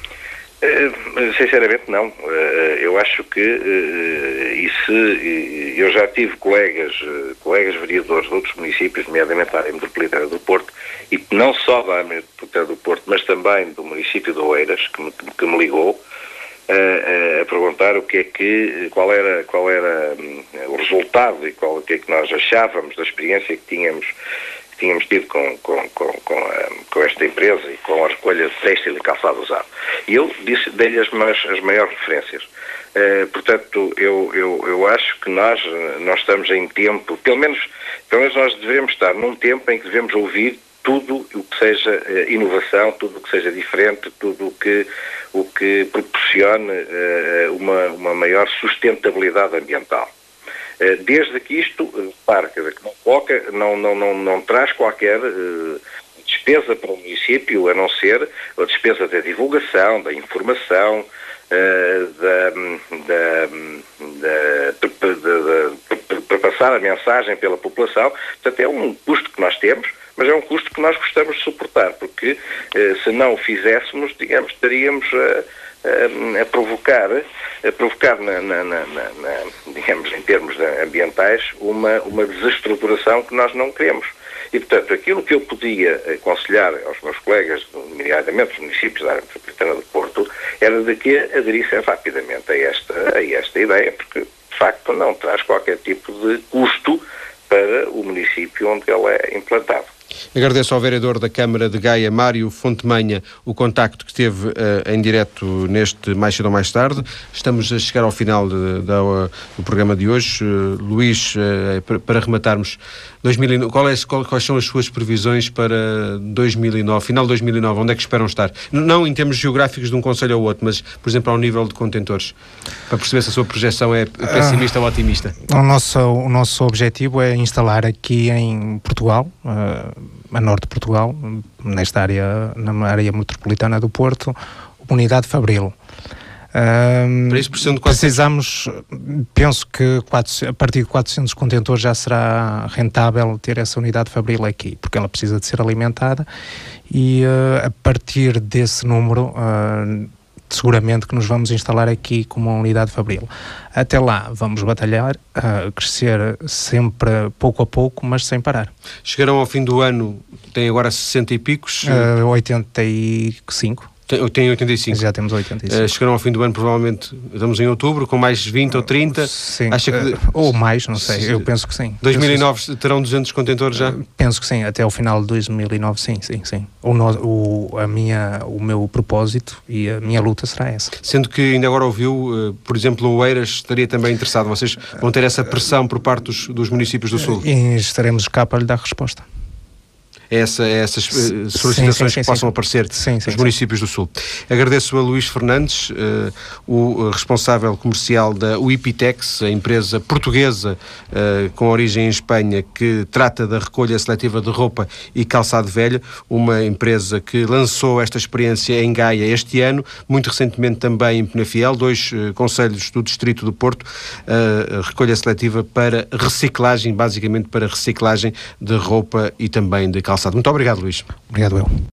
Speaker 14: Uh, sinceramente não. Uh, eu acho que uh, e se, uh, eu já tive colegas, uh, colegas vereadores de outros municípios, nomeadamente da área metropolitana do Porto, e não só da área metropolitana do Porto, mas também do município de Oeiras, que me, que me ligou uh, uh, a perguntar o que é que, qual era, qual era um, o resultado e qual, o que é que nós achávamos da experiência que tínhamos tínhamos tido com, com, com, com, a, com esta empresa e com a recolha de têxtil e calçado usado. E eu disse, dei-lhe as, as maiores referências. Uh, portanto, eu, eu, eu acho que nós, nós estamos em tempo, pelo menos, pelo menos nós devemos estar num tempo em que devemos ouvir tudo o que seja uh, inovação, tudo o que seja diferente, tudo o que, o que proporcione uh, uma, uma maior sustentabilidade ambiental. Desde que isto, repare, que não, coloca, não, não, não, não traz qualquer uh, despesa para o município, a não ser a despesa da divulgação, da informação, uh, da, da, da, da, para passar a mensagem pela população. Portanto, é um custo que nós temos, mas é um custo que nós gostamos de suportar, porque uh, se não o fizéssemos, digamos, estaríamos a, a, a provocar... a provocar, na, na, na, na, digamos, em termos ambientais, uma, uma desestruturação que nós não queremos. E, portanto, aquilo que eu podia aconselhar aos meus colegas, nomeadamente os municípios da área metropolitana do Porto, era de que aderissem rapidamente a esta, a esta ideia, porque, de facto, não traz qualquer tipo de custo para o município onde ele é implantado.
Speaker 1: Agradeço ao vereador da Câmara de Gaia, Mário Fontemanha, o contacto que teve uh, em direto neste Mais Cedo ou Mais Tarde. Estamos a chegar ao final de, de, uh, do programa de hoje. Uh, Luís, uh, para, para rematarmos, dois mil e nove, qual é, qual, quais são as suas previsões para dois mil e nove, final de dois mil e nove? Onde é que esperam estar? Não em termos geográficos de um concelho ao outro, mas, por exemplo, ao nível de contentores, para perceber se a sua projeção é pessimista uh, ou otimista.
Speaker 2: O nosso, o nosso objetivo é instalar aqui em Portugal, uh, a norte de Portugal, nesta área, na área metropolitana do Porto, unidade Fabril. Um,
Speaker 1: Para isso precisamos,
Speaker 2: precisamos penso que quatro, a partir de quatrocentos contentores já será rentável ter essa unidade Fabril aqui, porque ela precisa de ser alimentada e uh, a partir desse número uh, seguramente que nos vamos instalar aqui como uma unidade Fabril. Até lá vamos batalhar, uh, crescer sempre pouco a pouco, mas sem parar.
Speaker 1: Chegarão ao fim do ano, tem agora sessenta e picos?
Speaker 2: Uh, oitenta e cinco.
Speaker 1: Tem, tem oitenta e cinco.
Speaker 2: Já temos oitenta e cinco.
Speaker 1: Uh, chegarão ao fim do ano, provavelmente, estamos em outubro, com mais vinte ou trinta.
Speaker 2: Sim,
Speaker 1: Acha que...
Speaker 2: uh, ou mais, não sei, eu penso que sim.
Speaker 1: dois mil e nove terão duzentos contentores já?
Speaker 2: Uh, penso que sim, até ao final de dois mil e nove, sim, sim, sim. O, no, o, a minha, o meu propósito e a minha luta será essa.
Speaker 1: Sendo que ainda agora ouviu, uh, por exemplo, o Oeiras estaria também interessado. Vocês vão ter essa pressão por parte dos, dos municípios do Sul?
Speaker 2: E estaremos cá para lhe dar resposta.
Speaker 1: essa, a essas uh, solicitações
Speaker 2: sim, sim, sim,
Speaker 1: que possam
Speaker 2: sim.
Speaker 1: aparecer
Speaker 2: sim,
Speaker 1: nos
Speaker 2: sim,
Speaker 1: municípios
Speaker 2: sim.
Speaker 1: do Sul. Agradeço a Luís Fernandes, uh, o responsável comercial da Wipitex, a empresa portuguesa uh, com origem em Espanha, que trata da recolha seletiva de roupa e calçado velho, uma empresa que lançou esta experiência em Gaia este ano, muito recentemente também em Penafiel, dois uh, concelhos do Distrito do Porto, uh, recolha seletiva para reciclagem, basicamente para reciclagem de roupa e também de calçado. Muito obrigado, Luís.
Speaker 2: Obrigado, eu.